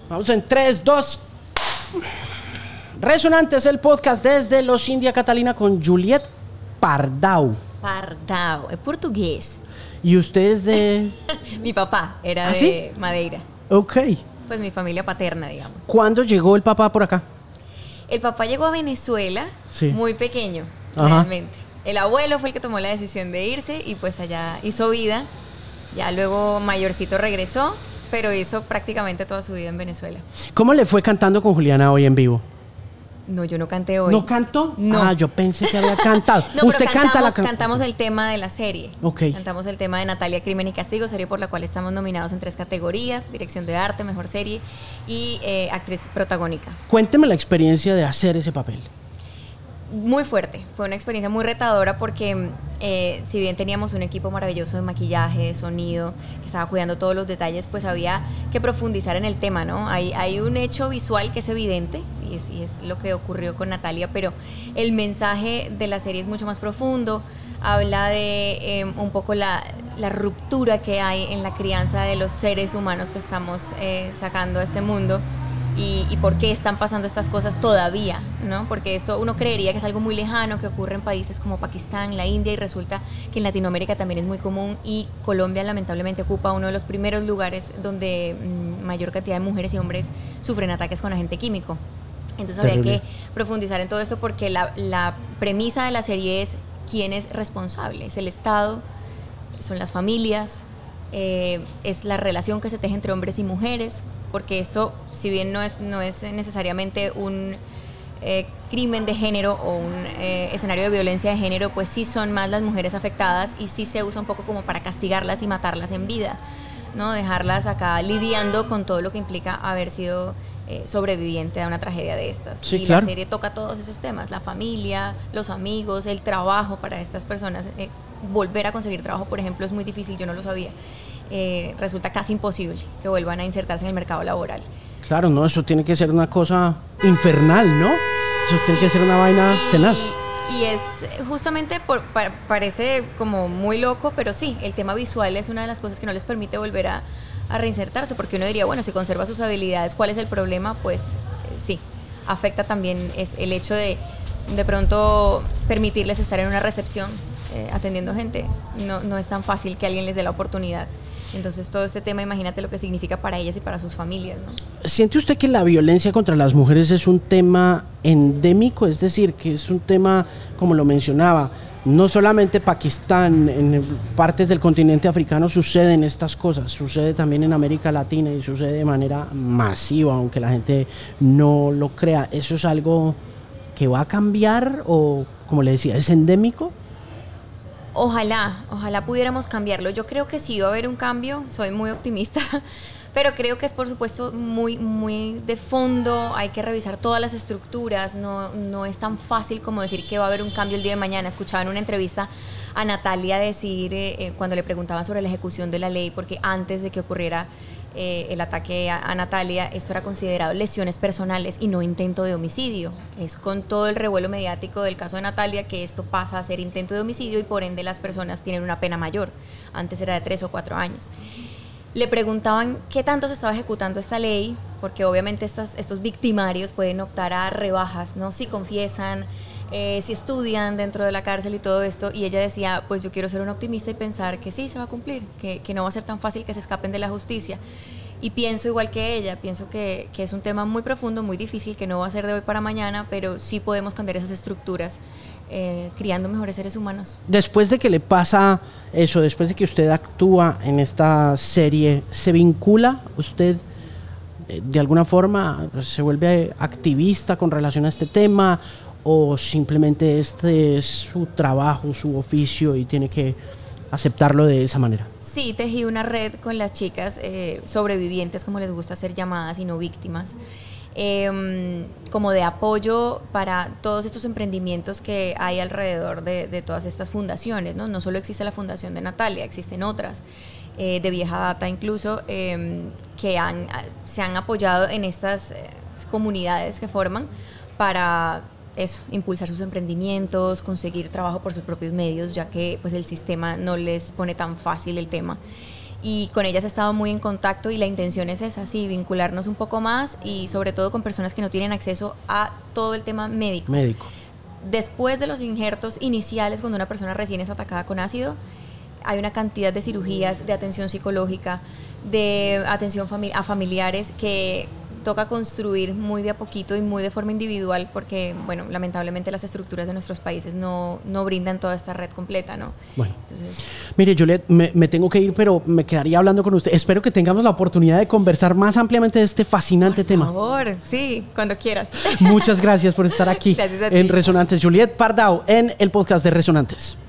Vamos en 3, 2. Resonantes, el podcast desde Los India Catalina con Juliet Pardau. Pardau, es portugués. ¿Y usted es de...? Mi papá era ¿Sí? de Madeira. Ok. Pues mi familia paterna, digamos. ¿Cuándo llegó el papá por acá? El papá llegó a Venezuela muy pequeño, realmente. El abuelo fue el que tomó la decisión de irse y pues allá hizo vida. Ya luego mayorcito regresó, pero hizo prácticamente toda su vida en Venezuela. ¿Cómo le fue cantando con Juliana hoy en vivo? No, yo no canté hoy. ¿No cantó? No. Ah, yo pensé que había cantado. No, ¿Usted pero canta la cantamos el tema de la serie. Ok. Cantamos el tema de Natalia, Crimen y Castigo, serie por la cual estamos nominados en 3 categorías: dirección de arte, mejor serie y actriz protagónica. Cuénteme la experiencia de hacer ese papel. Muy fuerte, fue una experiencia muy retadora porque si bien teníamos un equipo maravilloso de maquillaje, de sonido, que estaba cuidando todos los detalles, pues había que profundizar en el tema, ¿no? Hay un hecho visual que es evidente y es lo que ocurrió con Natalia, pero el mensaje de la serie es mucho más profundo. Habla de un poco la ruptura que hay en la crianza de los seres humanos que estamos sacando a este mundo. Y por qué están pasando estas cosas todavía, ¿no? Porque esto uno creería que es algo muy lejano, que ocurre en países como Pakistán, la India, y resulta que en Latinoamérica también es muy común, y Colombia lamentablemente ocupa uno de los primeros lugares donde mayor cantidad de mujeres y hombres sufren ataques con agente químico. Entonces había que profundizar en todo esto porque la premisa de la serie es quién es responsable. Es el Estado, son las familias, es la relación que se teje entre hombres y mujeres, porque esto, si bien no es necesariamente un crimen de género o un escenario de violencia de género, pues sí son más las mujeres afectadas y sí se usa un poco como para castigarlas y matarlas en vida, ¿no? Dejarlas acá lidiando con todo lo que implica haber sido sobreviviente a una tragedia de estas. Sí, y claro. La serie toca todos esos temas: la familia, los amigos, el trabajo para estas personas. Volver a conseguir trabajo, por ejemplo, es muy difícil, yo no lo sabía. Resulta casi imposible que vuelvan a insertarse en el mercado laboral. Claro, no, eso tiene que ser una cosa infernal, ¿no? Eso tiene que ser una vaina tenaz. Y es justamente, parece como muy loco, pero sí, el tema visual es una de las cosas que no les permite volver a reinsertarse, porque uno diría, bueno, si conserva sus habilidades, ¿cuál es el problema? Pues sí, afecta también es el hecho de pronto permitirles estar en una recepción atendiendo gente. No es tan fácil que alguien les dé la oportunidad. Entonces todo este tema, imagínate lo que significa para ellas y para sus familias, ¿no? ¿Siente usted que la violencia contra las mujeres es un tema endémico? Es decir, que es un tema, como lo mencionaba, no solamente Pakistán, en partes del continente africano suceden estas cosas, sucede también en América Latina y sucede de manera masiva, aunque la gente no lo crea. ¿Eso es algo que va a cambiar o, como le decía, es endémico? Ojalá pudiéramos cambiarlo. Yo creo que sí va a haber un cambio, soy muy optimista, pero creo que es, por supuesto, muy, muy de fondo. Hay que revisar todas las estructuras. No es tan fácil como decir que va a haber un cambio el día de mañana. Escuchaba en una entrevista a Natalia decir, cuando le preguntaban sobre la ejecución de la ley, porque antes de que ocurriera el ataque a Natalia, esto era considerado lesiones personales y no intento de homicidio. Es con todo el revuelo mediático del caso de Natalia que esto pasa a ser intento de homicidio y por ende las personas tienen una pena mayor. Antes era de 3 o 4 años. Le preguntaban qué tanto se estaba ejecutando esta ley, porque obviamente estos victimarios pueden optar a rebajas, ¿no? Si confiesan, si estudian dentro de la cárcel y todo esto, y ella decía, pues yo quiero ser una optimista y pensar que sí, se va a cumplir, que no va a ser tan fácil que se escapen de la justicia. Y pienso igual que ella, pienso que es un tema muy profundo, muy difícil, que no va a ser de hoy para mañana, pero sí podemos cambiar esas estructuras, criando mejores seres humanos. Después de que le pasa eso, después de que usted actúa en esta serie, ¿se vincula usted de alguna forma, se vuelve activista con relación a este tema, o simplemente este es su trabajo, su oficio y tiene que aceptarlo de esa manera? Sí, tejí una red con las chicas sobrevivientes, como les gusta ser llamadas, y no víctimas, como de apoyo para todos estos emprendimientos que hay alrededor de todas estas fundaciones, ¿no? No solo existe la fundación de Natalia, existen otras, de vieja data incluso, que se han apoyado en estas comunidades que forman para eso, impulsar sus emprendimientos, conseguir trabajo por sus propios medios, ya que pues el sistema no les pone tan fácil el tema. y con ellas he estado muy en contacto y la intención es esa, sí, vincularnos un poco más y sobre todo con personas que no tienen acceso a todo el tema médico. Después de los injertos iniciales, cuando una persona recién es atacada con ácido, hay una cantidad de cirugías, de atención psicológica, de atención a familiares que toca construir muy de a poquito y muy de forma individual porque, bueno, lamentablemente las estructuras de nuestros países no brindan toda esta red completa, ¿no? Bueno, entonces, mire, Juliet, me tengo que ir, pero me quedaría hablando con usted. Espero que tengamos la oportunidad de conversar más ampliamente de este fascinante tema. Por favor, sí, cuando quieras. Muchas gracias por estar aquí Gracias a ti. en Resonantes. Juliet Pardao en el podcast de Resonantes.